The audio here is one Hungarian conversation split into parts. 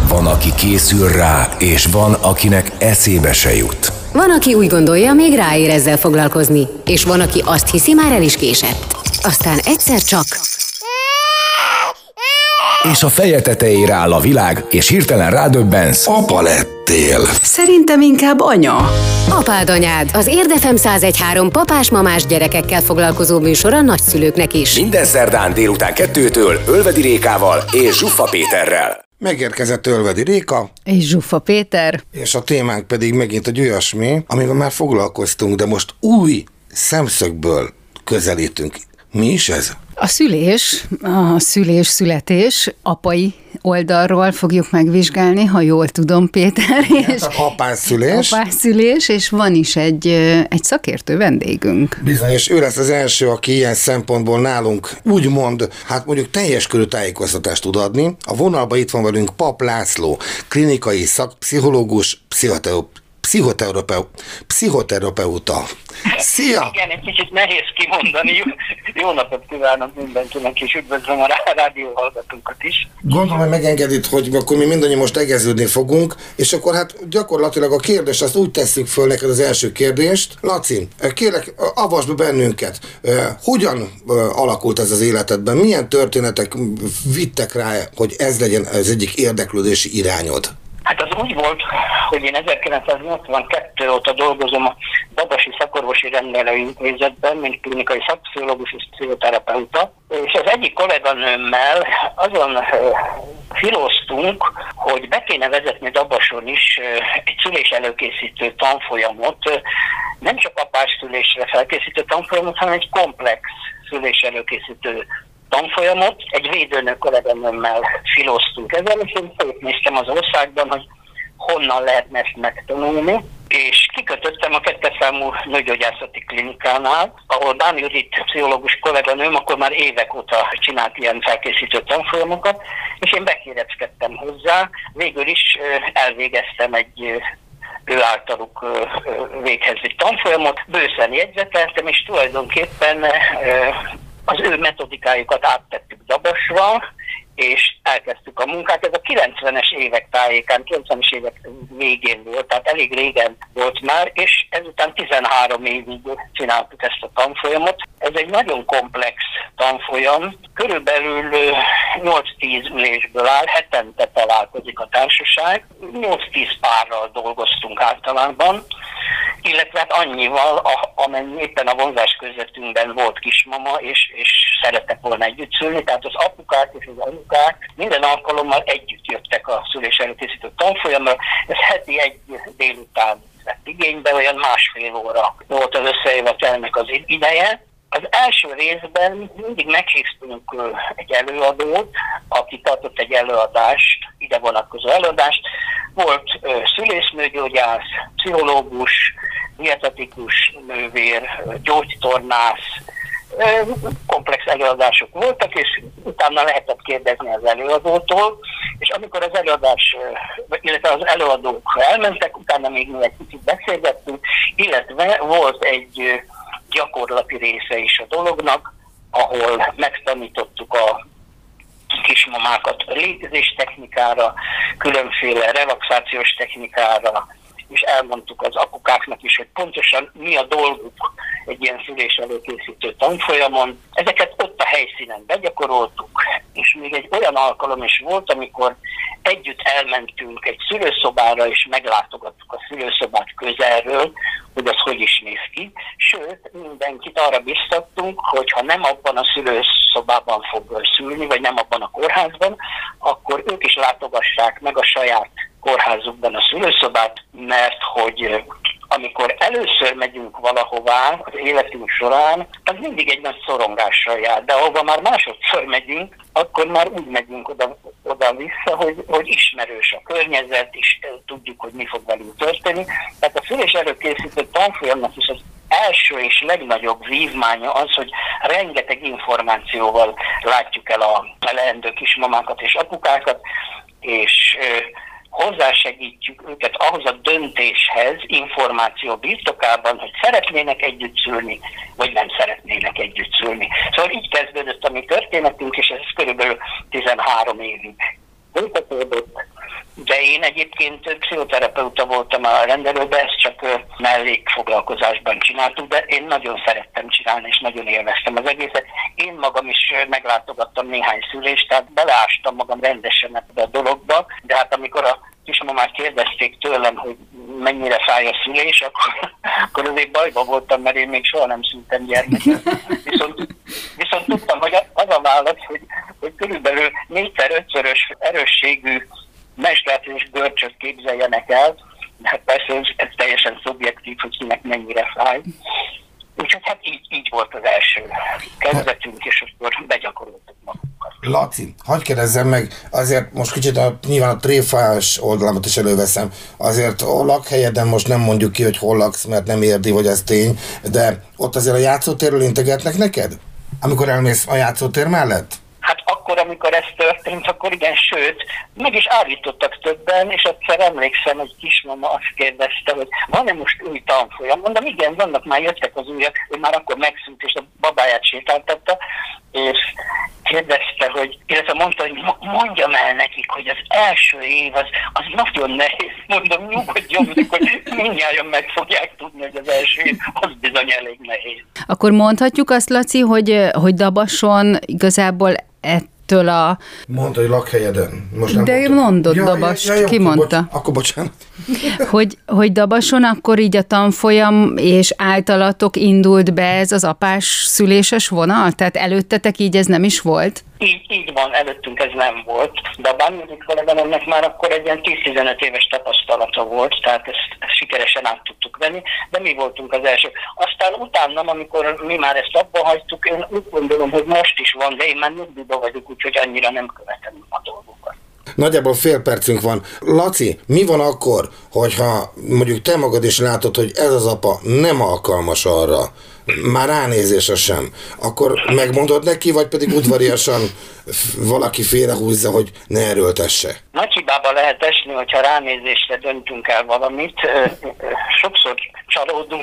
Van, aki készül rá, és van, akinek eszébe se jut. Van, aki úgy gondolja, még ráér ezzel foglalkozni, és van, aki azt hiszi, már el is késett. Aztán egyszer csak... És a feje tetejére áll a világ, és hirtelen rádöbbensz. Apa lettél. Szerintem inkább anya. Apád anyád, az Érdefem 101.3 papás-mamás gyerekekkel foglalkozó műsor a nagyszülőknek is. Minden szerdán délután 2-től Ölvedi Rékával és Zsuffa Péterrel. Megérkezett Ölvedi Réka. És Zsuffa Péter. És a témánk pedig megint egy olyasmi, amivel már foglalkoztunk, de most új szemszögből közelítünk. Mi is ez? A születés apai oldalról fogjuk megvizsgálni, ha jól tudom, Péter. És apászülés, és van is egy szakértő vendégünk. Bizony, és ő lesz az első, aki ilyen szempontból nálunk úgymond, hát mondjuk teljes körű tájékoztatást tud adni. A vonalban itt van velünk Pap László, klinikai szakpszichológus, pszichoterapeuta. Szia! Igen, egy kicsit nehéz kimondani. Jó napot kívánok mindenkinek, és üdvözlöm a rádió hallgatókat is. Gondolom, hogy megengedid, hogy akkor mi mindannyian most egeződni fogunk, és akkor hát gyakorlatilag a kérdést azt úgy tesszük föl neked az első kérdést. Laci, kérlek, avasd be bennünket. Hogyan alakult ez az életedben? Milyen történetek vittek rá, hogy ez legyen az egyik érdeklődési irányod? Hát az úgy volt, hogy én 1982 óta dolgozom a Dabasi Szakorvosi Rendelőintézetben, mint klinikai szakpszichológus és pszichoterapeuta, és az egyik kolléganőmmel azon filóztunk, hogy be kéne vezetni Dabason is egy szülés előkészítő tanfolyamot, nem csak apás szülésre felkészítő tanfolyamot, hanem egy komplex szülés előkészítő tanfolyamot. Egy védőnő kolléganőmmel filóztunk ezzel, és én szétnéztem az országban, hogy honnan lehetne ezt megtanulni, és kikötöttem a 2. számú nőgyógyászati klinikánál, ahol Bán Judit pszichológus kolléganőm akkor már évek óta csinált ilyen felkészítő tanfolyamokat, és én bekéreckedtem hozzá. Végül is elvégeztem egy ő általuk véghez egy tanfolyamot, bőszen jegyzeteltem, és tulajdonképpen az ő metodikájukat áttettük Dabasra, és elkezdtük a munkát. Ez a 90-es évek tájékán, 90-es évek végén volt, tehát elég régen volt már, és ezután 13 évig csináltuk ezt a tanfolyamot. Ez egy nagyon komplex tanfolyam, körülbelül 8-10 ülésből áll, hetente találkozik a társaság, 8-10 párral dolgoztunk általában, illetve hát annyival, amennyi éppen a vonzás közvetünkben volt kismama, és szerettek volna együtt szülni, tehát az apukák és az anyukák minden alkalommal együtt jöttek a szülés előkészítő tanfolyamra. Ez heti egy délután vett igénybe, olyan 1,5 óra volt az összejövetelnek az ideje. Az első részben mindig meghívtunk egy előadót, aki tartott egy előadást, ide vonatkozó előadást. Volt szülésznőgyógyász, pszichológus, dietetikus nővér, gyógytornász, komplex előadások voltak, és utána lehetett kérdezni az előadótól, és amikor az előadás, illetve az előadók elmentek, utána még mi egy kicsit beszélgettünk, illetve volt egy gyakorlati része is a dolognak, ahol megtanítottuk a kismamákat légzés technikára, különféle relaxációs technikára, és elmondtuk az apukáknak is, hogy pontosan mi a dolguk egy ilyen szülés előkészítő tanfolyamon. Ezeket ott a helyszínen begyakoroltuk, és még egy olyan alkalom is volt, amikor együtt elmentünk egy szülőszobára, és meglátogattuk a szülőszobát közelről, hogy az hogy is néz ki. Sőt, mindenkit arra biztattunk, hogy ha nem abban a szülőszobában fog szülni, vagy nem abban a kórházban, akkor ők is látogassák meg a saját kórházukban a szülőszobát, mert hogy amikor először megyünk valahová az életünk során, az mindig egy nagy szorongással jár, de ahova már másodszor megyünk, akkor már úgy megyünk oda-vissza, hogy ismerős a környezet, és tudjuk, hogy mi fog velünk történni. Tehát a szülés előkészítő tanfolyamnak is az első és legnagyobb vívmánya az, hogy rengeteg információval látjuk el a leendő kismamákat és apukákat, és hozzásegítjük őket ahhoz a döntéshez, információ birtokában, hogy szeretnének együtt szülni, vagy nem szeretnének együtt szülni. Szóval így kezdődött a mi történetünk, és ez körülbelül 13 évig folytatódott. De én egyébként pszichoterapeuta voltam a rendelőben, ezt csak mellékfoglalkozásban csináltuk, de én nagyon szerettem csinálni, és nagyon élveztem az egészet. Én magam is meglátogattam néhány szülést, tehát beleástam magam rendesen ebbe a dologba, de hát amikor a kismamát kérdezték tőlem, hogy mennyire fáj a szülés, akkor azért bajba voltam, mert én még soha nem szültem gyermeket. Viszont tudtam, hogy az a válasz, hogy körülbelül 4x5-szörös erősségű menstruációs görcsöt képzeljenek el, de hát persze ez teljesen szubjektív, hogy kinek mennyire fáj. Úgyhogy hát így volt az első kezdetünk, és akkor begyakoroltuk magunkat. Laci, hadd kérdezzem meg, azért most kicsit nyilván a tréfás oldalamat is előveszem, azért a lakhelyeden most nem mondjuk ki, hogy hol laksz, mert nem érdi, vagy ez tény, de ott azért a játszótérről integetnek neked? Amikor elmész a játszótér mellett? Hát akkor, amikor ez történt, akkor igen, sőt, meg is állítottak többen, és egyszer emlékszem, hogy kismama azt kérdezte, hogy van-e most új tanfolyam? Mondom, igen, vannak, már jöttek az újak, ő már akkor megszűnt, és a babáját sétáltatta, és kérdezte, illetve mondta, hogy mondjam el nekik, hogy az első év az nagyon nehéz. Mondom, nyugodjon meg, hogy mindjárt meg fogják tudni, hogy az első év az bizony elég nehéz. Akkor mondhatjuk azt, Laci, hogy Dabason igazából ettől a... Mondta, hogy lakhelyeden. Most nem de mondod Dabast, ki mondta? Akkor bocsánat. Hogy Dabason akkor így a tanfolyam és általatok indult be ez az apás szüléses vonal? Tehát előttetek így ez nem is volt? Így van, előttünk ez nem volt, de a bányodik kolléganomnak már akkor egy ilyen 10-15 éves tapasztalata volt, tehát ezt sikeresen át tudtuk venni, de mi voltunk az elsők. Aztán utána, amikor mi már ezt abba hagytuk, én úgy gondolom, hogy most is van, de én már nyugdíjban vagyok, úgyhogy annyira nem követem a dolgokat. Nagyjából fél percünk van. Laci, mi van akkor, hogyha mondjuk te magad is látod, hogy ez az apa nem alkalmas arra, már ránézése sem, akkor megmondod neki, vagy pedig udvariasan valaki félrehúzza, hogy ne erőltesse? Nagy hibába lehet esni, hogyha ránézésre döntünk el valamit. Sokszor csalódunk,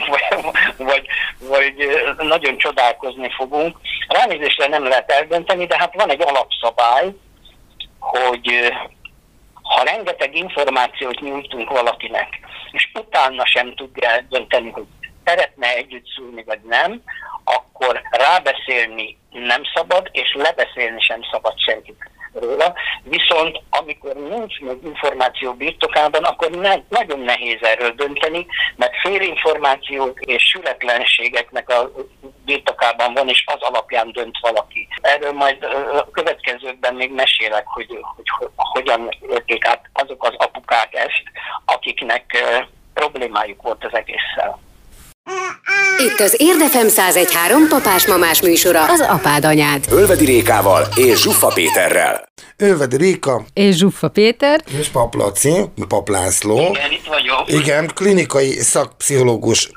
vagy nagyon csodálkozni fogunk. Ránézésre nem lehet eldönteni, de hát van egy alapszabály, hogy ha rengeteg információt nyújtunk valakinek, és utána sem tudja eldönteni, hogy szeretne együtt szülni, vagy nem, akkor rábeszélni nem szabad, és lebeszélni sem szabad senkit róla. Viszont amikor nincs még információ birtokában, akkor nagyon nehéz erről dönteni, mert félinformációk és sületlenségeknek a birtokában van, és az alapján dönt valaki. Erről majd a következőkben még mesélek, hogy hogyan érték át azok az apukák ezt, akiknek problémájuk volt az egésszel. Itt az Érdefem 101.3 papás-mamás műsora, az apád anyád. Ölvedi Rékával és Zsuffa Péterrel. Ölvedi Réka. És Zsuffa Péter. És Pap Laci, Pap László. Igen, itt vagyok. Igen, klinikai szakpszichológus,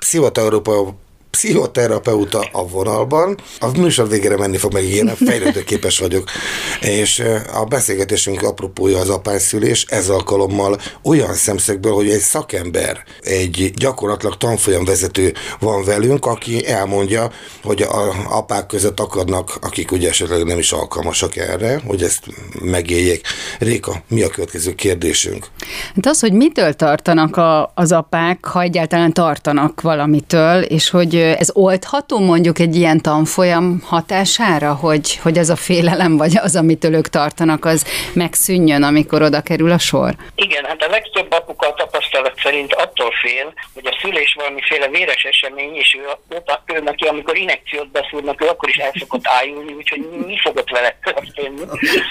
pszichoterapeuta a vonalban. A műsor végére menni fog, meg ilyen fejlődőképes vagyok. És a beszélgetésünk apropója az apászülés, ez alkalommal olyan szemszögből, hogy egy szakember, egy gyakorlatilag tanfolyamvezető van velünk, aki elmondja, hogy az apák között akadnak, akik ugye esetleg nem is alkalmasak erre, hogy ezt megéljék. Réka, mi a következő kérdésünk? Hát az, hogy mitől tartanak az apák, ha egyáltalán tartanak valamitől, és hogy ez oldható mondjuk egy ilyen tanfolyam hatására, hogy az a félelem, vagy az, amitől ők tartanak, az megszűnjön, amikor oda kerül a sor? Igen, hát a legtöbb apuka a tapasztalat szerint attól fél, hogy a szülés valamiféle véres esemény, és ő neki, amikor injekciót beszúrnak, ő akkor is el szokott ájulni, úgyhogy mi fogott vele történni.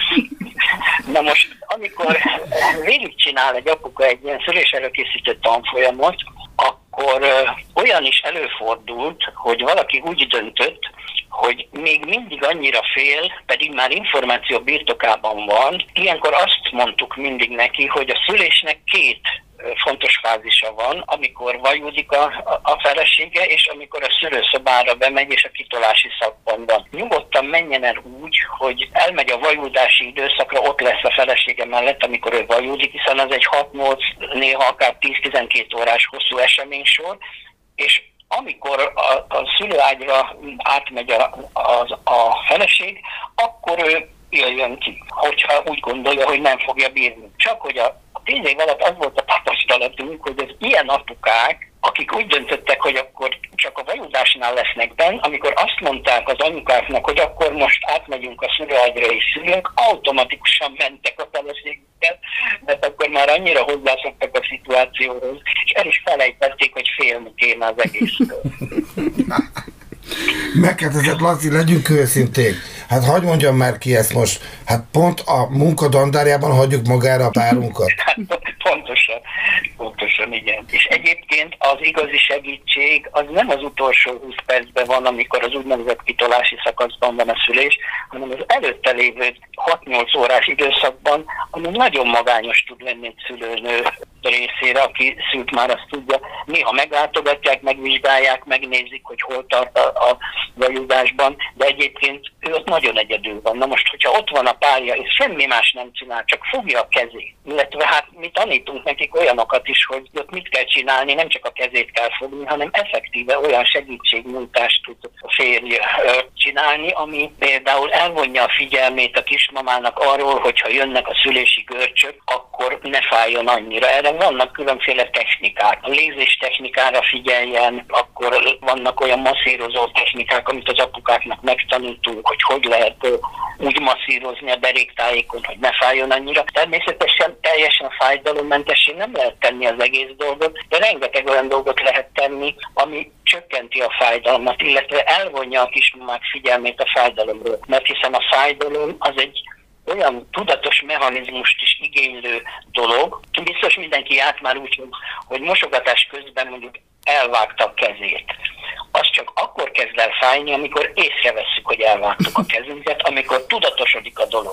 Na most, amikor végigcsinál egy apuka egy ilyen szülés előkészítő tanfolyamot, akkor olyan is előfordult, hogy valaki úgy döntött, hogy még mindig annyira fél, pedig már információ birtokában van. Ilyenkor azt mondtuk mindig neki, hogy a szülésnek két fontos fázisa van, amikor vajudik a felesége, és amikor a szülőszobára bemegy, és a kitolási szakban van. Nyugodtan menjen el úgy, hogy elmegy a vajudási időszakra, ott lesz a felesége mellett, amikor ő vajudik, hiszen az egy 6-8, néha akár 10-12 órás hosszú eseménysor, és amikor a szülőágyra átmegy a feleség, akkor ő jöjjön ki, hogyha úgy gondolja, hogy nem fogja bírni. Csak hogy a 10 év alatt az volt a tapasztalatunk, hogy az ilyen apukák, akik úgy döntöttek, hogy akkor csak a vajudásnál lesznek benn, amikor azt mondták az anyukáknak, hogy akkor most átmegyünk a szülőágyra és szülünk, automatikusan mentek a feleségükkel, mert akkor már annyira hozzászoktak a szituációhoz, és el is felejtették, hogy félni kéne az egésztől. Megkérdezett, Laci, legyünk őszinték. Hát hadd mondjam már ki ezt most. Hát pont a munka dandárjában hagyjuk magára a párunkat. Hát pontosan, igen. És egyébként az igazi segítség az nem az utolsó 20 percben van, amikor az úgynevezett kitolási szakaszban van a szülés, hanem az előtte lévő 6-8 órás időszakban, ami nagyon magányos tud lenni egy szülőnő részére, aki szült már azt tudja. Néha meglátogatják, megvizsgálják, megnézik, hogy hol tart a vajudásban, de egyébként ő ott nagyon egyedül van. Na most, hogyha ott van a párja, és semmi más nem csinál, csak fogja a kezét, illetve hát mi tanítunk nekik olyanokat is, hogy ott mit kell csinálni, nem csak a kezét kell fogni, hanem effektíve olyan segítségnyújtást tud a férj csinálni, ami például elvonja a figyelmét a kismamának arról, hogyha jönnek a szülési görcsök, akkor ne fájjon annyira. Erre vannak különféle technikák. A lézés technikára figyeljen, akkor vannak olyan masszírozó technikák, amit az apukáknak megtanítunk, hogy lehet úgy masszírozni a deréktájékon, hogy ne fájjon annyira. Természetesen teljesen fájdalommentessé nem lehet tenni az egész dolgot, de rengeteg olyan dolgot lehet tenni, ami csökkenti a fájdalmat, illetve elvonja a kismamák figyelmét a fájdalomról. Mert hiszen a fájdalom az egy olyan tudatos mechanizmust is igénylő dolog. Biztos mindenki járt már úgy, hogy mosogatás közben mondjuk elvágta a kezét. Az csak akkor kezd el fájni, amikor észrevesszük, hogy elvágtuk a kezünket, amikor tudatosodik a dolog.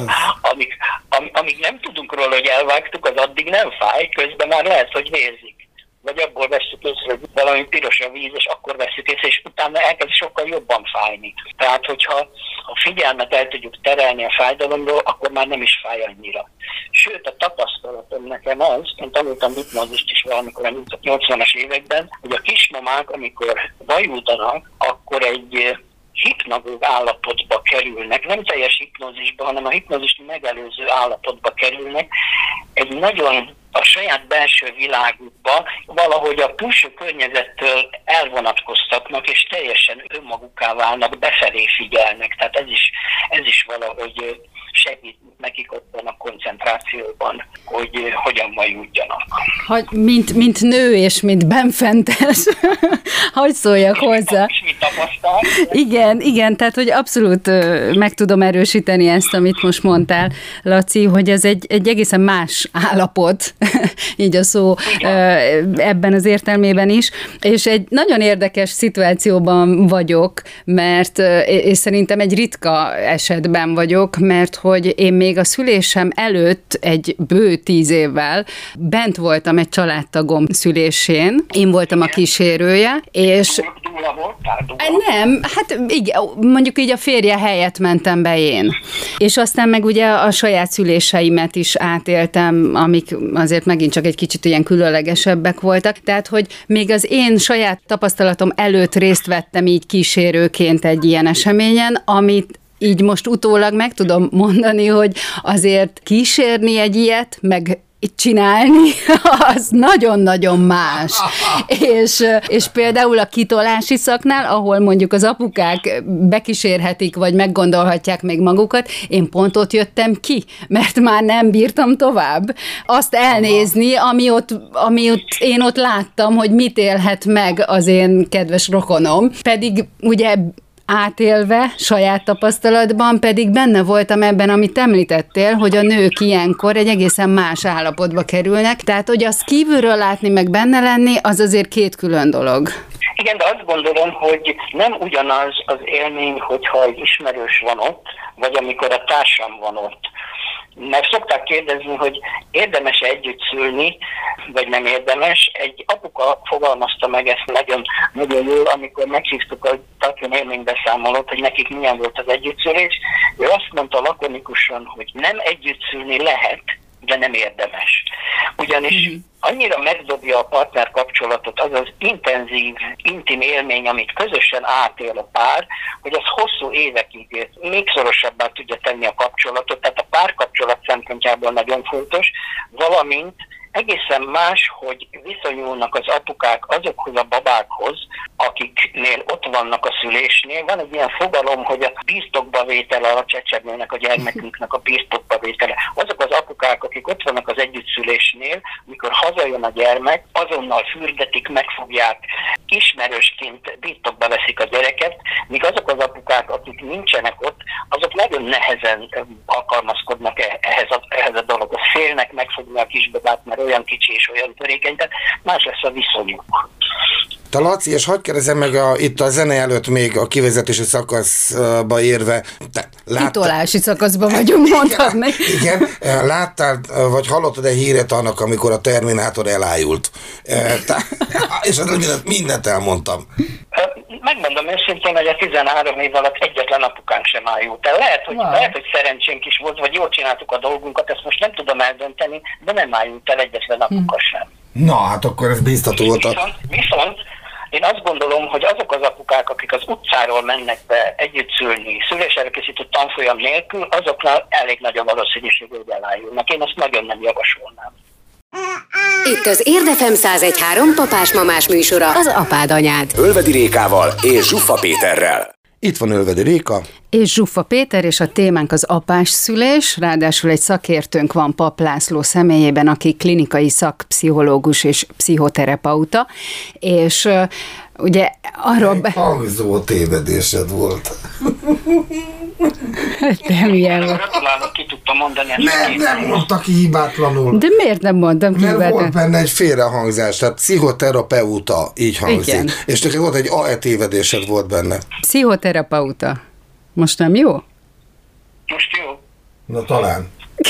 Amíg nem tudunk róla, hogy elvágtuk, az addig nem fáj, közben már lehet, hogy vérzik. Vagy abból vesszük észre, hogy valami piros a víz, és akkor vesszük észre, és utána elkezd sokkal jobban fájni. Tehát, hogyha a figyelmet el tudjuk terelni a fájdalomról, akkor már nem is fáj annyira. Sőt, a tapasztalatom nekem az, én tanultam hipnózist is valamikor a 80-as években, hogy a kismamák, amikor vajúdanak, akkor egy hipnagóg állapotba kerülnek, nem teljes hipnózisba, hanem a hipnózist megelőző állapotba kerülnek, egy nagyon a saját belső világukba valahogy a külső környezettől elvonatkoztatnak, és teljesen önmagukká válnak, befelé figyelnek. Tehát ez is valahogy segít nekik ottan a koncentrációban, hogy hogyan vajudjanak. Mint nő és mint benfentes, hogy szóljak hozzá. Igen, tehát hogy abszolút meg tudom erősíteni ezt, amit most mondtál, Laci, hogy ez egy egészen más állapot, így a szó ebben az értelmében is, és egy nagyon érdekes szituációban vagyok, mert és szerintem egy ritka esetben vagyok, mert hogy én még a szülésem előtt egy bő 10 évvel bent voltam egy családtagom szülésén, én voltam a kísérője, és nem, hát igen, mondjuk így a férje helyett mentem be én. És aztán meg ugye a saját szüléseimet is átéltem, amik azért megint csak egy kicsit ilyen különlegesebbek voltak. Tehát, hogy még az én saját tapasztalatom előtt részt vettem így kísérőként egy ilyen eseményen, amit így most utólag meg tudom mondani, hogy azért kísérni egy ilyet, meg csinálni, az nagyon-nagyon más. És például a kitolási szaknál, ahol mondjuk az apukák bekísérhetik, vagy meggondolhatják még magukat, én pont ott jöttem ki, mert már nem bírtam tovább. Azt elnézni, ami ott én ott láttam, hogy mit élhet meg az én kedves rokonom. Pedig ugye átélve, saját tapasztalatban pedig benne voltam ebben, amit említettél, hogy a nők ilyenkor egy egészen más állapotba kerülnek, tehát hogy azt kívülről látni, meg benne lenni, az azért két külön dolog. Igen, de azt gondolom, hogy nem ugyanaz az élmény, hogyha egy ismerős van ott, vagy amikor a társam van ott. Mert szokták kérdezni, hogy érdemes-e együtt szülni, vagy nem érdemes. Egy apuka fogalmazta meg ezt nagyon, nagyon jól, amikor meghívtuk a tartjon élménybeszámolót, hogy nekik milyen volt az együttszülés. Ő azt mondta lakonikusan, hogy nem együtt szülni lehet, de nem érdemes. ugyanis annyira megdobja a partner kapcsolatot az az intenzív, intim élmény, amit közösen átél a pár, hogy az hosszú évekig még szorosabbá tudja tenni a kapcsolatot, tehát a párkapcsolat szempontjából nagyon fontos, valamint egészen más, hogy viszonyulnak az apukák azokhoz a babákhoz, akiknél ott vannak a szülésnél. Van egy ilyen fogalom, hogy a birtokba vétele a csecsemőnek, a gyermekünknek a birtokba vétele. Azok az apukák, akik ott vannak az együttszülésnél, mikor hazajön a gyermek, azonnal fürdetik, megfogják, ismerősként birtokba veszik a gyereket, míg azok az apukák, akik nincsenek ott, azok nagyon nehezen alkalmazkodnak ehhez a dologhoz. Félnek megfogni a kisbabát, mert olyan kicsi és olyan törékeny, tehát más lesz a viszonyuk. Te Laci, és hadd kérdezem meg itt a zene előtt még a kivezetési szakaszba érve. Kitolási szakaszban vagyunk, mondhatni. Igen, láttál, vagy hallottad-e híret annak, amikor a Terminátor elájult? És mindent elmondtam. Megmondom őszintén, hogy a 13 év alatt egyetlen apukánk sem ájult el. Lehet, hogy szerencsénk is volt, vagy jól csináltuk a dolgunkat, ezt most nem tudom eldönteni, de nem ájult el egyetlen apuka sem. Na, hát akkor ez biztató volt. Viszont én azt gondolom, hogy azok az apukák, akik az utcáról mennek be együtt szülni, szülésre készített tanfolyam nélkül, azoknál elég nagy a valószínűség, hogy elájulnak. Én azt nagyon nem javasolnám. Itt az Érdefem 101.3 papás-mamás műsora, az apád anyád. Ölvedi Rékával és Zsuffa Péterrel. Itt van Ölvedi Réka. És Zsuffa Péter, és a témánk az apásszülés, ráadásul egy szakértőnk van Pap László személyében, aki klinikai szakpszichológus és pszichoterapeuta, és ugye arról... Hangzó tévedésed volt. De milyen volt? Gratulálok, ki tudtam mondani ezt. Nem mondta ki hibátlanul. De miért nem mondtam ki hibátlanul? Mert volt benne egy félrehangzás, tehát pszichoterapeuta, így hangzik. Igen. És neked volt egy AE tévedésed volt benne. Pszichoterapeuta. Most nem jó? Most jó. Na talán.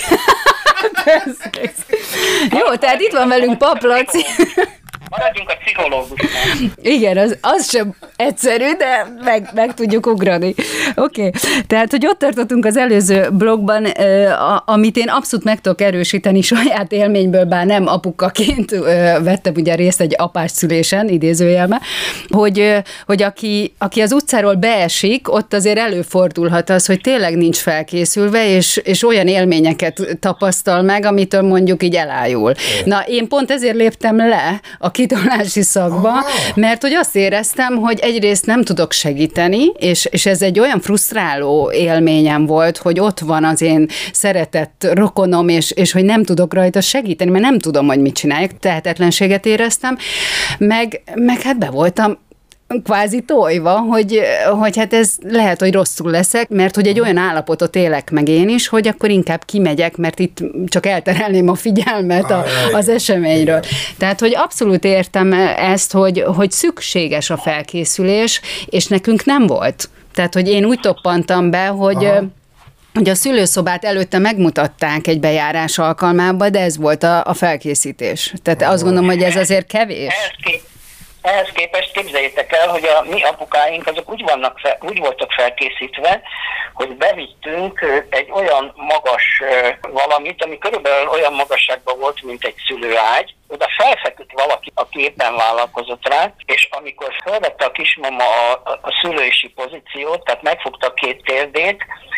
Jó, tehát itt van velünk Pap Laci. Maradjunk a pszichológusnál. Igen, az sem egyszerű, de meg tudjuk ugrani. Oké. Tehát, hogy ott tartottunk az előző blogban, amit én abszolút meg tudok erősíteni saját élményből, bár nem apukaként vettem ugye részt egy apásszülésen, idézőjelben, hogy aki az utcáról beesik, ott azért előfordulhat az, hogy tényleg nincs felkészülve, és olyan élményeket tapasztal meg, amitől mondjuk így elájul. Na, én pont ezért léptem le a kitolási szakba, mert hogy azt éreztem, hogy egyrészt nem tudok segíteni, és ez egy olyan frusztráló élményem volt, hogy ott van az én szeretett rokonom, és hogy nem tudok rajta segíteni, mert nem tudom, hogy mit csináljak, tehetetlenséget éreztem, meg hát be voltam kvázi tojva, hogy hát ez lehet, hogy rosszul leszek, mert hogy egy olyan állapotot élek meg én is, hogy akkor inkább kimegyek, mert itt csak elterelném a figyelmet az eseményről. Tehát, hogy abszolút értem ezt, hogy szükséges a felkészülés, és nekünk nem volt. Tehát, hogy én úgy toppantam be, hogy a szülőszobát előtte megmutatták egy bejárás alkalmában, de ez volt a felkészítés. Tehát azt gondolom, hogy ez azért kevés. Ehhez képest képzeljétek el, hogy a mi apukáink azok úgy voltak felkészítve, hogy bevittünk egy olyan magas valamit, ami körülbelül olyan magasságban volt, mint egy szülőágy. Oda felfeküdt valaki, aki éppen vállalkozott rá, és amikor felvette a kismama a szülősi pozíciót, tehát megfogta a két térdét,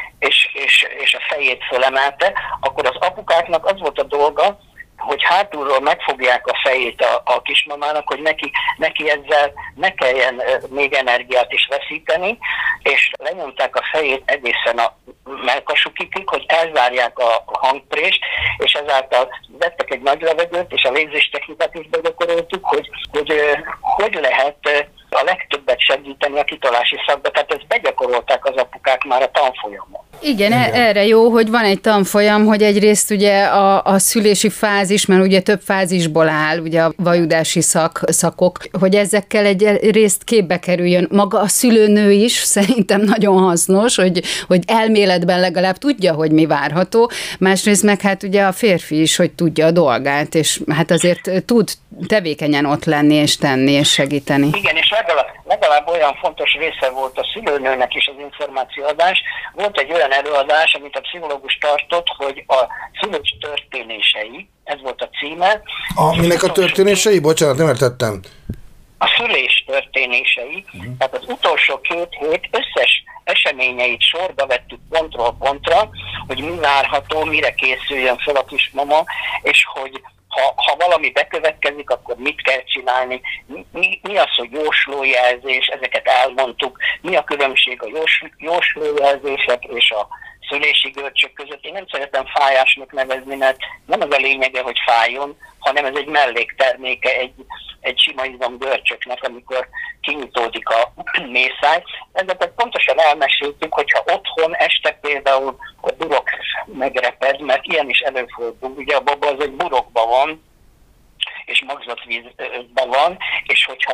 és a fejét fölemelte, akkor az apukáknak az volt a dolga, hogy hátulról megfogják a fejét a kismamának, hogy neki ezzel ne kelljen még energiát is veszíteni, és lenyomták a fejét egészen a mellkasukig, hogy elzárják a hangprést, és ezáltal vettek egy nagy levegőt, és a légzéstechnikát is begyakoroltuk, hogy lehet a legtöbbet segíteni a kitolási szakba, tehát ezt begyakorolták az apukák már a tanfolyamon. Igen, erre jó, hogy van egy tanfolyam, hogy egyrészt ugye a szülési fázis, mert ugye több fázisból áll, ugye a vajudási szakok, hogy ezekkel egy részt képbe kerüljön. Maga a szülőnő is szerintem nagyon hasznos, hogy elméletben legalább tudja, hogy mi várható, másrészt meg hát ugye a férfi is, hogy tudja a dolgát, és hát azért tud tevékenyen ott lenni, és tenni, és segíteni. Igen, és legalább olyan fontos része volt a szülőnőnek is az információadás. Volt egy olyan előadás, amit a pszichológus tartott, hogy a szülés történései, ez volt a címe. Minek a történései? Bocsánat, nem értettem. A szülés történései, tehát az utolsó 2 hét összes eseményeit sorba vettük pontról pontra, hogy mi várható, mire készüljön fel a kismama, és hogy ha valami bekövetkezik, akkor mit kell csinálni, mi az, hogy jóslójelzés, ezeket elmondtuk, mi a különbség a jóslójelzések és a szülési görcsök között. Én nem szeretem fájásnak nevezni, mert nem az a lényege, hogy fájjon, hanem ez egy mellékterméke egy sima izomgörcsöknek, amikor kinyitódik a mészáj. Ezeket pontosan elmeséltük, hogyha otthon este például a burok megreped, mert ilyen is előfordul. Ugye a baba az egy burokban van, és magzatvízben van, és hogyha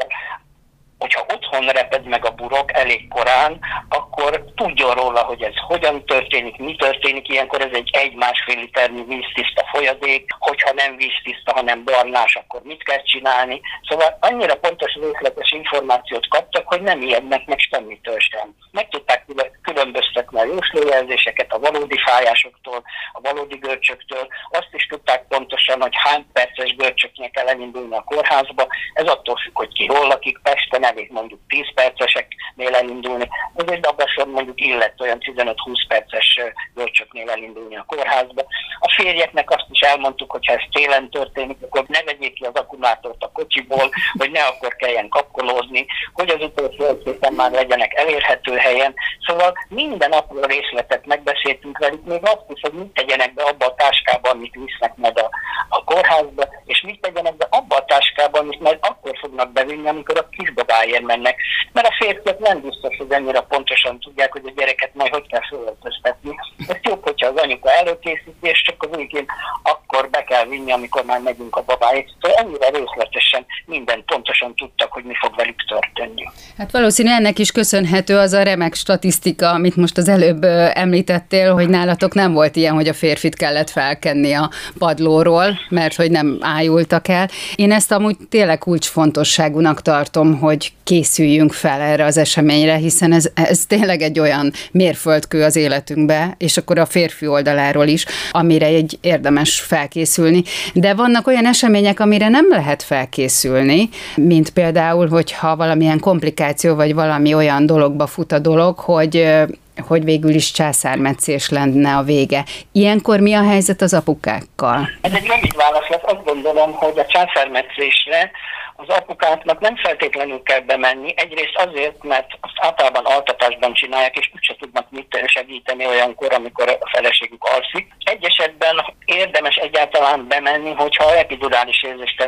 otthon reped meg a burok elég korán, akkor tudjon róla, hogy ez hogyan történik, mi történik. Ilyenkor ez egy 1-1,5 liternyi víztiszta folyadék, hogyha nem víztiszta, hanem barnás, akkor mit kell csinálni. Szóval annyira pontos részletes információt kaptak, hogy nem ijednek meg semmitől sem. Meg tudták különböztetni a jóslójelzéseket a valódi fájásoktól, a valódi görcsöktől. Azt is tudták pontosan, hogy hány perces görcsöknél kell elindulni a kórházba. Ez attól függ, hogy ki hol lakik, Pesten elég mondjuk 10 perceseknél elindulni. Ez egy Dabason mondjuk illett olyan 15-20 perces görcsöknél elindulni a kórházba. A férjeknek azt is elmondtuk, hogy ha ez télen történik, akkor ne vegyék ki az akkumulátort a kocsiból, hogy ne akkor kelljen kapkolódni, hogy az utolsó szépen már legyenek elérhető helyen. Szóval minden apró részletet megbeszéltünk velük, még azt is, hogy mit tegyenek be abba a táskába, amit visznek meg a kórházba, és mit tegyenek be abba a táskába, amit majd akkor fognak bevinni, amikor a kisbabáért mennek. Mert a férfiak nem biztos, hogy ennyire pontosan tudják, hogy a gyereket majd hogy kell fölöltöztetni. Ez jobb, hogyha az anyuka előkészíti, és csak az végén akkor be kell vinni, amikor már megyünk a babáért. Szóval ennyire részletesen mindent pontosan tudtak, hogy mi fog velük történni. Hát valószínűleg ennek is köszönhető az a remek statisztika, amit most az előbb említettél, hogy nálatok nem volt ilyen, hogy a férfit kellett felkenni a padlóról, mert hogy nem ájultak el. Én ezt amúgy tényleg kulcsfontosságúnak tartom, hogy készüljünk fel erre az eseményre, hiszen ez tényleg egy olyan mérföldkő az életünkbe, és akkor a férfi oldaláról is, amire egy érdemes felkészülni. De vannak olyan események, amire nem lehet felkészülni, mint például, hogyha valamilyen komplikáció, vagy valami olyan dologba fut a dolog, hogy végül is császármetszés lenne a vége. Ilyenkor mi a helyzet az apukákkal? Ez egy rövid válasz lesz. Azt gondolom, hogy a császármetszésre az apukáknak nem feltétlenül kell bemenni. Egyrészt azért, mert azt általában altatásban csinálják, és úgyse tudnak mit segíteni olyankor, amikor a feleségük alszik. Egy esetben érdemes egyáltalán bemenni, hogyha epidurális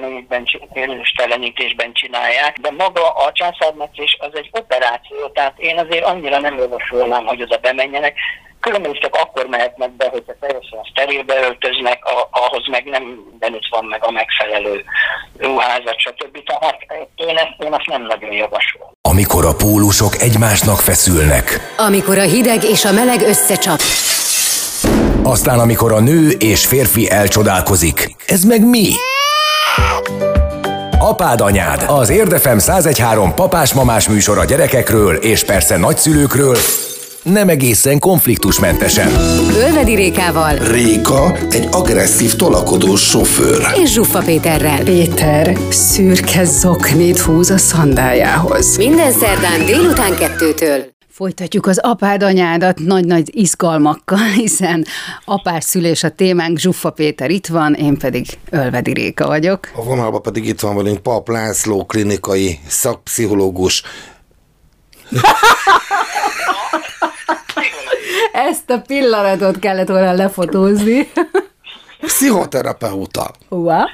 érzéstelenítésben csinálják, de maga a császármetszés az egy operáció, tehát én azért annyira nem javasolnám, hogy oda bemenjenek. Különben csak akkor mehetnek be, hogyha teljesen sterilbe öltöznek, ahhoz meg nem mindenütt van meg a megfelelő ruházat, stb. Tehát én azt nem nagyon javaslom. Amikor a pólusok egymásnak feszülnek. Amikor a hideg és a meleg összecsap. Aztán amikor a nő és férfi elcsodálkozik. Ez meg mi? Apád anyád, az Érdefem 101.3 papás-mamás műsor a gyerekekről és persze nagyszülőkről, nem egészen konfliktusmentesen. Ölvedi Rékával. Réka egy agresszív tolakodó sofőr. És Zsuffa Péterrel. Péter szürke zoknit húz a szandájához. Minden szerdán délután 2-től. Folytatjuk az apád anyádat nagy-nagy izgalmakkal, hiszen apás szülés a témánk, Zsuffa Péter itt van, én pedig Ölvedi Réka vagyok. A vonalban pedig itt van velünk Pap László, klinikai szakpszichológus. Ezt a pillanatot kellett volna lefotózni. Pszichoterapeuta. Wow!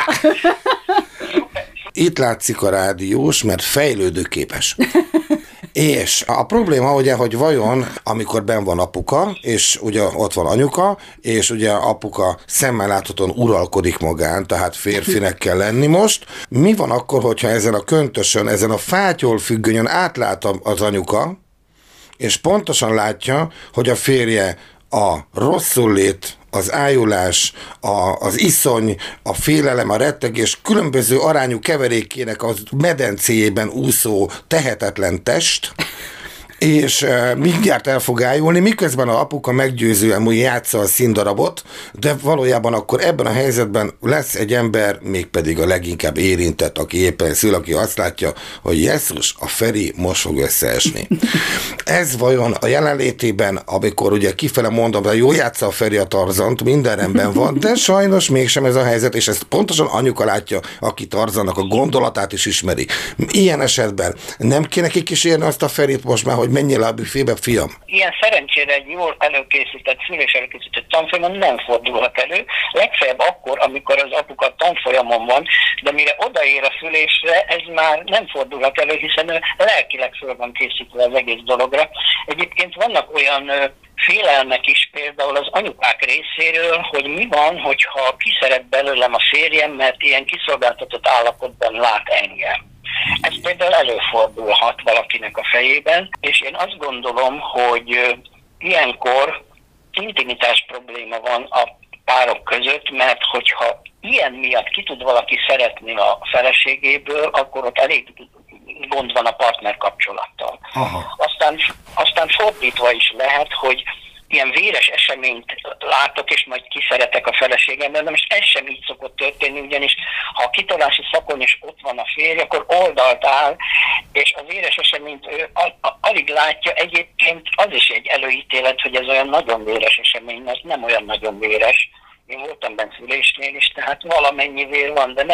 Itt látszik a rádiós, mert fejlődőképes. És a probléma ugye, hogy vajon, amikor benn van apuka, és ugye ott van anyuka, és ugye apuka szemmel láthatóan uralkodik magán, tehát férfinek kell lenni most. Mi van akkor, hogyha ezen a köntösön, ezen a fátyolfüggönyön átlát az anyuka, és pontosan látja, hogy a férje a rosszul lét az ájulás, az iszony, a félelem, a rettegés különböző arányú keverékének az medencéjében úszó tehetetlen test, és mindjárt el fog ájulni, miközben a apuka meggyőzően úgy játsza a színdarabot, de valójában akkor ebben a helyzetben lesz egy ember, mégpedig a leginkább érintett, aki éppen szül, aki azt látja, hogy Jesszus, a Feri most fog összeesni. Ez vajon a jelenlétében, amikor ugye kifele mondom, hogy jó játsza a Feri a Tarzant, minden rendben van, de sajnos mégsem ez a helyzet, és ezt pontosan anyuka látja, aki Tarzannak a gondolatát is ismeri. Ilyen esetben nem kéne kikísérni azt a Ferit most már, hogy menjél a büfébe, fiam? Ilyen szerencsére egy jól előkészített, szülés előkészített tanfolyamon nem fordulhat elő, legfeljebb akkor, amikor az apuka tanfolyamon van, de mire odaér a szülésre, ez már nem fordulhat elő, hiszen ő lelkileg föl van készítve az egész dologra. Egyébként vannak olyan félelmek is például az anyukák részéről, hogy mi van, hogyha kiszeret belőlem a férjem, mert ilyen kiszolgáltatott állapotban lát engem. Ez például előfordulhat valakinek a fejében, és én azt gondolom, hogy ilyenkor intimitás probléma van a párok között, mert hogyha ilyen miatt ki tud valaki szeretni a feleségéből, akkor ott elég gond van a partner kapcsolattal. Aztán fordítva is lehet, hogy ilyen véres eseményt látok, és majd kiszeretek a feleségemmel, de most ez sem így szokott történni, ugyanis ha a kitolási szakon is ott van a férj, akkor oldalt áll, és a véres eseményt ő alig látja. Egyébként az is egy előítélet, hogy ez olyan nagyon véres esemény, mert nem olyan nagyon véres. Én voltam bent szülésnél is, tehát valamennyi vér van, de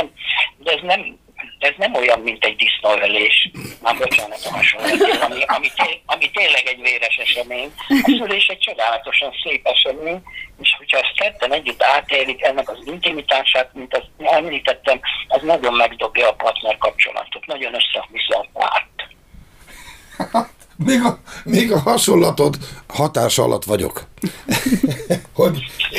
ez nem olyan, mint egy disznóölés. Már bocsánat a hasonlóan, ami tényleg egy véres esemény. A szülés egy csodálatosan szép esemény, és hogyha ezt ketten együtt átélik ennek az intimitását, mint azt említettem, az nagyon megdobja a partner kapcsolatot, nagyon összehúzza a párt. Még a hasonlatod hatása alatt vagyok. Hogy...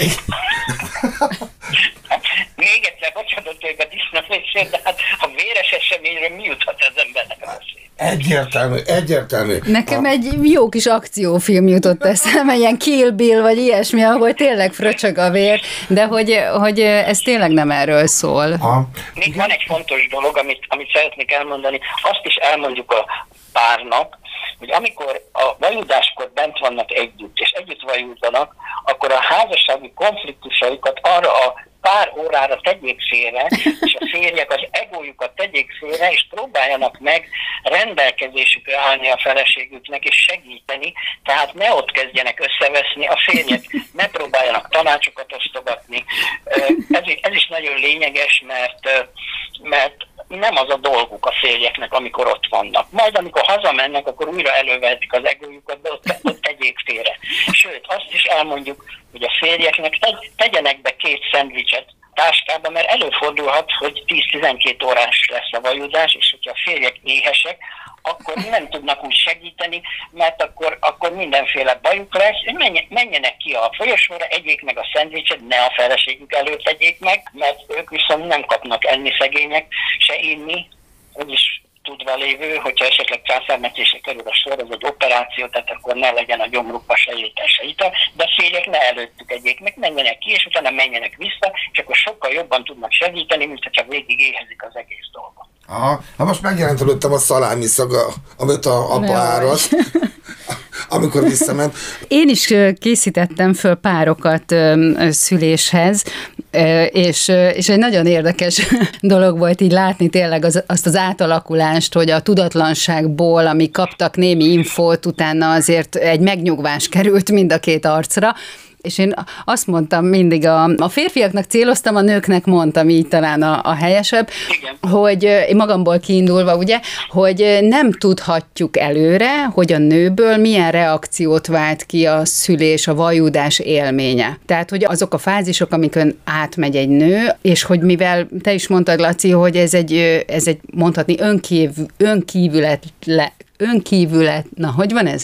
Még egyszer, bocsánat, hogy a disznóölésért, de hát a véres eseményről mi juthat az embernek a beszéd? Egyértelmű. Nekem egy jó kis akciófilm jutott eszembe, ilyen Kill Bill, vagy ilyesmi, ahol tényleg fröcsög a vér, de hogy ez tényleg nem erről szól. Még van egy fontos dolog, amit szeretnék elmondani, azt is elmondjuk a párnak, hogy amikor a vajudáskor bent vannak együtt, és együtt vajúdanak, akkor a házassági konfliktusaikat arra a pár órára tegyék félre, és a férjek az egójukat tegyék félre, és próbáljanak meg rendelkezésükre állni a feleségüknek, és segíteni, tehát ne ott kezdjenek összeveszni, a férjek ne próbáljanak tanácsokat osztogatni. Ez is nagyon lényeges, mert nem az a dolguk a férjeknek, amikor ott vannak. Majd amikor hazamennek, akkor újra elővehetik az egójukat, de ott tegyék félre. Sőt, azt is elmondjuk, hogy a férjeknek tegyenek be 2 szendvicset táskába, mert előfordulhat, hogy 10-12 órás lesz a vajudás, és hogyha a férjek éhesek, akkor nem tudnak úgy segíteni, mert akkor mindenféle bajuk lesz, menjenek ki a folyosóra, egyék meg a szendvicset, ne a feleségük előtt tegyék meg, mert ők viszont nem kapnak enni szegények, se inni, úgyis tudva lévő, hogyha esetleg császármetésre kerül a sor, ez egy operáció, tehát akkor ne legyen a gyomrukba se étel, se ital, de férjek ne előttük egyék meg, menjenek ki, és utána menjenek vissza, és akkor sokkal jobban tudnak segíteni, mint hogyha végig éhezik az egész dolgot. Aha, hát most megjelent előttem a szalámi szaga, amit a apa árat, amikor visszament. Én is készítettem föl párokat szüléshez, és egy nagyon érdekes dolog volt így látni tényleg azt az átalakulást, hogy a tudatlanságból, amíg kaptak némi infót, utána azért egy megnyugvás került mind a 2 arcra, és én azt mondtam mindig, a férfiaknak céloztam, a nőknek mondtam, így talán a helyesebb, hogy én magamból kiindulva, ugye, hogy nem tudhatjuk előre, hogy a nőből milyen reakciót vált ki a szülés, a vajúdás élménye. Tehát, hogy azok a fázisok, amikön átmegy egy nő, és hogy mivel te is mondtad, Laci, hogy ez egy mondhatni önkívület, na, hogy van ez?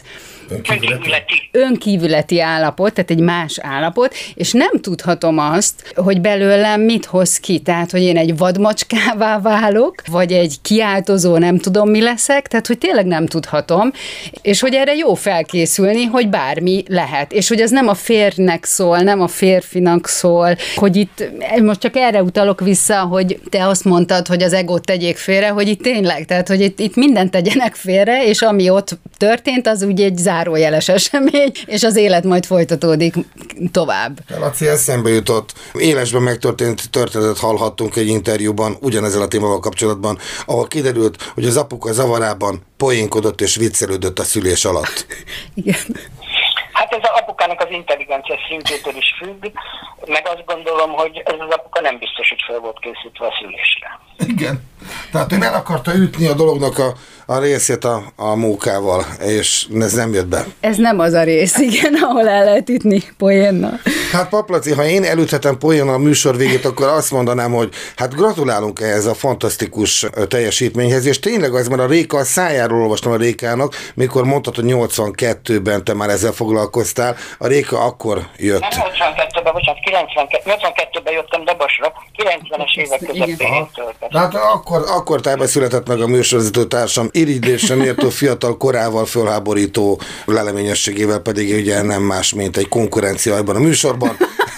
önkívületi állapot, tehát egy más állapot, és nem tudhatom azt, hogy belőlem mit hoz ki, tehát, hogy én egy vadmacskává válok, vagy egy kiáltozó, nem tudom mi leszek, tehát, hogy tényleg nem tudhatom, és hogy erre jó felkészülni, hogy bármi lehet, és hogy ez nem a férnek szól, nem a férfinak szól, hogy itt, most csak erre utalok vissza, hogy te azt mondtad, hogy az egót tegyék félre, hogy itt tényleg, tehát, hogy itt mindent tegyenek félre, és ami ott történt, az úgy egy zárójeles esemény, és az élet majd folytatódik tovább. Laci, eszembe jutott. Élesben megtörtént történetet hallhattunk egy interjúban ugyanezzel a témával kapcsolatban, ahol kiderült, hogy az apuka zavarában poénkodott és viccelődött a szülés alatt. Igen. Hát ez az apukának az intelligencia szintjétől is függ, meg azt gondolom, hogy ez az apuka nem biztos, hogy fel volt készítve a szülésre. Igen. Tehát ő el akarta ütni a dolognak a részét a mókával, és ez nem jött be. Ez nem az a rész, igen, ahol el lehet ütni poénnal. Hát Paplaci, ha én elüthetem poénnal a műsor végét, akkor azt mondanám, hogy hát gratulálunk ehhez a fantasztikus teljesítményhez, és tényleg az, mert a Réka a szájáról olvastam a Rékának, mikor mondtad, hogy 82-ben te már ezzel foglalkoztál, a Réka akkor jött. Nem 82-ben, bocsánat, 82-ben jöttem Dabasra, 90-es évek közepén töltött. Hát akkor tájban született meg a műsorvezető társam, irigylésre méltó fiatal korával fölháborító leleményességével, pedig ugye nem más, mint egy konkurencia ebben a műsorban.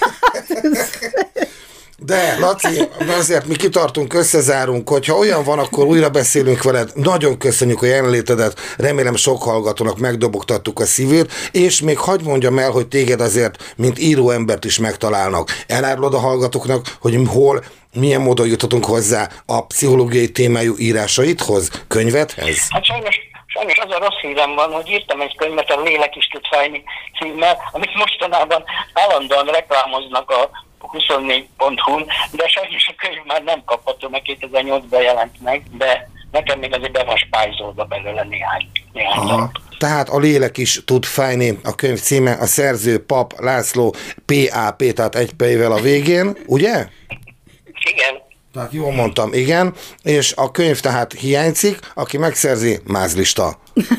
De, Laci, azért mi kitartunk, összezárunk, hogyha olyan van, akkor újra beszélünk veled. Nagyon köszönjük a jelenlétedet, remélem sok hallgatónak megdobogtattuk a szívét, és még hadd mondjam el, hogy téged azért, mint íróembert is megtalálnak. Elárulod a hallgatóknak, hogy hol, milyen módon juthatunk hozzá a pszichológiai témájú írásaidhoz, könyvedhez? Hát sajnos az a rossz hírem van, hogy írtam egy könyvet, a Lélek is tud fájni címmel, amit mostanában állandóan reklámoznak a 24.hu-n, de sajnos a könyv már nem kapható, mert 2008-ban jelent meg, de nekem még azért be van spájzolva belőle néhány darab. Tehát a Lélek is tud fájni, a könyv címe, a szerző Pap László, P.A.P., tehát egy P-vel a végén, ugye? Igen. Tehát jól mondtam, igen, és a könyv tehát hiányzik, aki megszerzi, mázlista.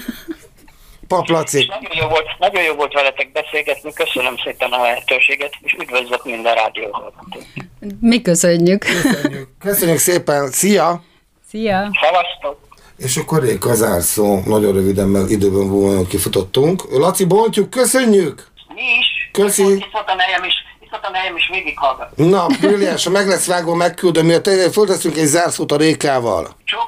Pap Laci. Nagyon jó volt veletek beszélgetni, köszönöm szépen a lehetőséget, és üdvözlök minden rádióhallgatót. Mi köszönjük. Köszönjük szépen, szia! Szia! Szevasztok! És akkor Réka zárszó, nagyon röviden, mert időben volna kifutottunk. Laci, bontjuk, köszönjük! Mi is. Köszi! Itt a nejem is végighallgat. Na, brilliáns, ha meg lesz vágva, megküldöm, miért fölteszünk egy zárszót a Rékával.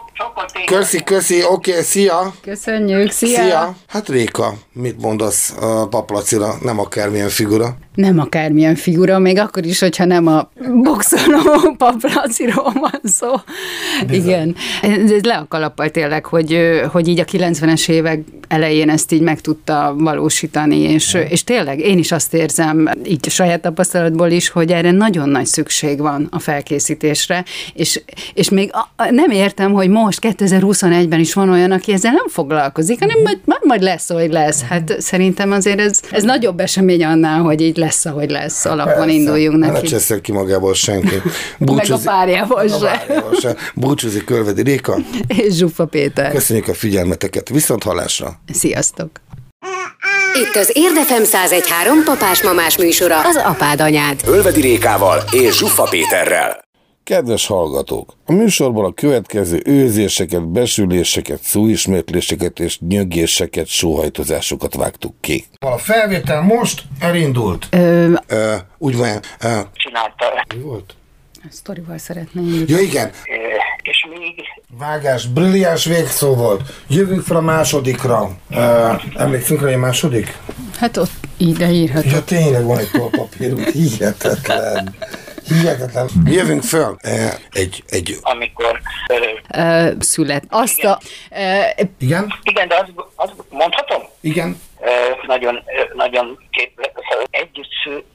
Köszi, oké, szia! Köszönjük, szia! Hát Réka, mit mondasz a Pap Lacira? Nem akármilyen figura. Nem akármilyen figura, még akkor is, hogyha nem a boxoló Pap Laciról van szó. Bizony. Igen. Ez le a kalappal tényleg, hogy így a 90-es évek elején ezt így meg tudta valósítani, és tényleg én is azt érzem, így saját tapasztalatból is, hogy erre nagyon nagy szükség van a felkészítésre, és még nem értem, hogy most 2021-ben is van olyan, aki ezzel nem foglalkozik, hanem majd lesz, ahogy lesz. Hát szerintem azért ez nagyobb esemény annál, hogy így lesz, ahogy lesz, alapon induljunk neki. Ne csesszen ki magából senki. Meg a párjából se. Búcsúzik Körvedi Réka. És Zsuffa Péter. Köszönjük a figyelmeteket. Viszont hallásra. Sziasztok. Itt az Érdefem 101.3 papás-mamás műsora, az apád anyád. Ölvedi Rékával és Zsuffa Péterrel. Kedves hallgatók! A műsorban a következő őzéseket, besüléseket, szóismétléseket és nyögéseket, sóhajtozásokat vágtuk ki. A felvétel most elindult. Úgy van. Csinálta. Mi volt? Sztorival szeretném. Ja, igen. És még... Vágás, brilliáns végszó volt. Jövünk fel a másodikra. Emlékszünk rá, a második? Hát ott ide írhatod. Ja, tényleg van egy tollpapírunk. Hihetetlen. Jövünk föl. Amikor... szület. Igen? Igen, de azt mondhatom? Igen. Nagyon együtt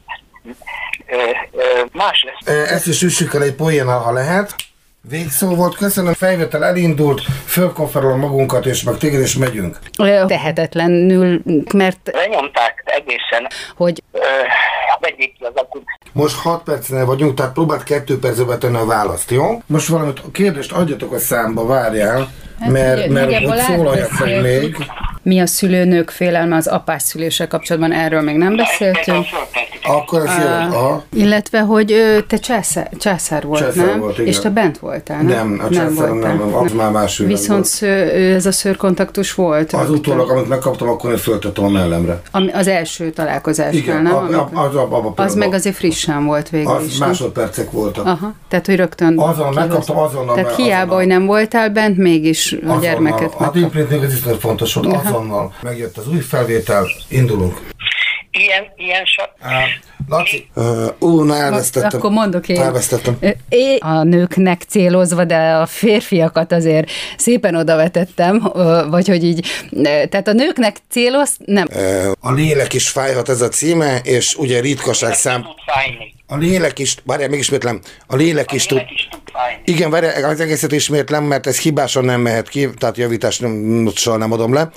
más lesz. Ezt is üssük el egy poénnal, ha lehet. Végszó volt, köszönöm, fejvétel elindult, fölkonferolom magunkat, és meg téged is megyünk. Tehetetlenül, mert... Lenyomták egészen, hogy... vegyék ki az akut. Most 6 percnél vagyunk, tehát próbáld 2 percbe tenni a választ, jó? Most valamit, a kérdést adjatok a számba, várjál, mert hogy szólaljak meg még. Mi a szülőnők félelme az apás szüléssel kapcsolatban, erről még nem beszéltünk. Akkor ez jó. Illetve, hogy te császár volt, nem? Volt, és te bent voltál, nem? Nem, a császáron nem, az már más viszont ez a szőrkontaktus volt? Az utólag, amit megkaptam, akkor én föltettem a mellemre. Az első találkozásnál, igen, nem? Az meg azért frissen volt végül az is. Másodpercek voltak. Aha, tehát hogy rögtön... Azonnal megkaptam, azonnal. Tehát hiába, hogy nem voltál bent, mégis a gyermeket megkaptam. Hát imprintnél ez is nagyon fontos volt, azonnal. Megjött az új felvétel, indulunk. Ilyen Laci. Na elvesztettem. Akkor mondok én. Elvesztettem. Én a nőknek célozva, de a férfiakat azért szépen odavetettem, vagy hogy így, tehát a nőknek céloz, nem. A lélek is fájhat ez a címe, és ugye ritkaság szám. A lélek is, várjál, megismétlem, a lélek is tud fájni. Igen, várjál, az egészet ismétlem, mert ez hibásan nem mehet ki, tehát javítást soha nem adom le.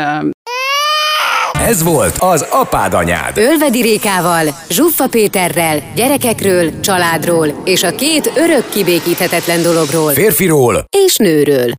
Ez volt az Apád Anyád. Ölvedi Rékával, Zsuffa Péterrel, gyerekekről, családról és a két örök kibékíthetetlen dologról. Férfiról és nőről.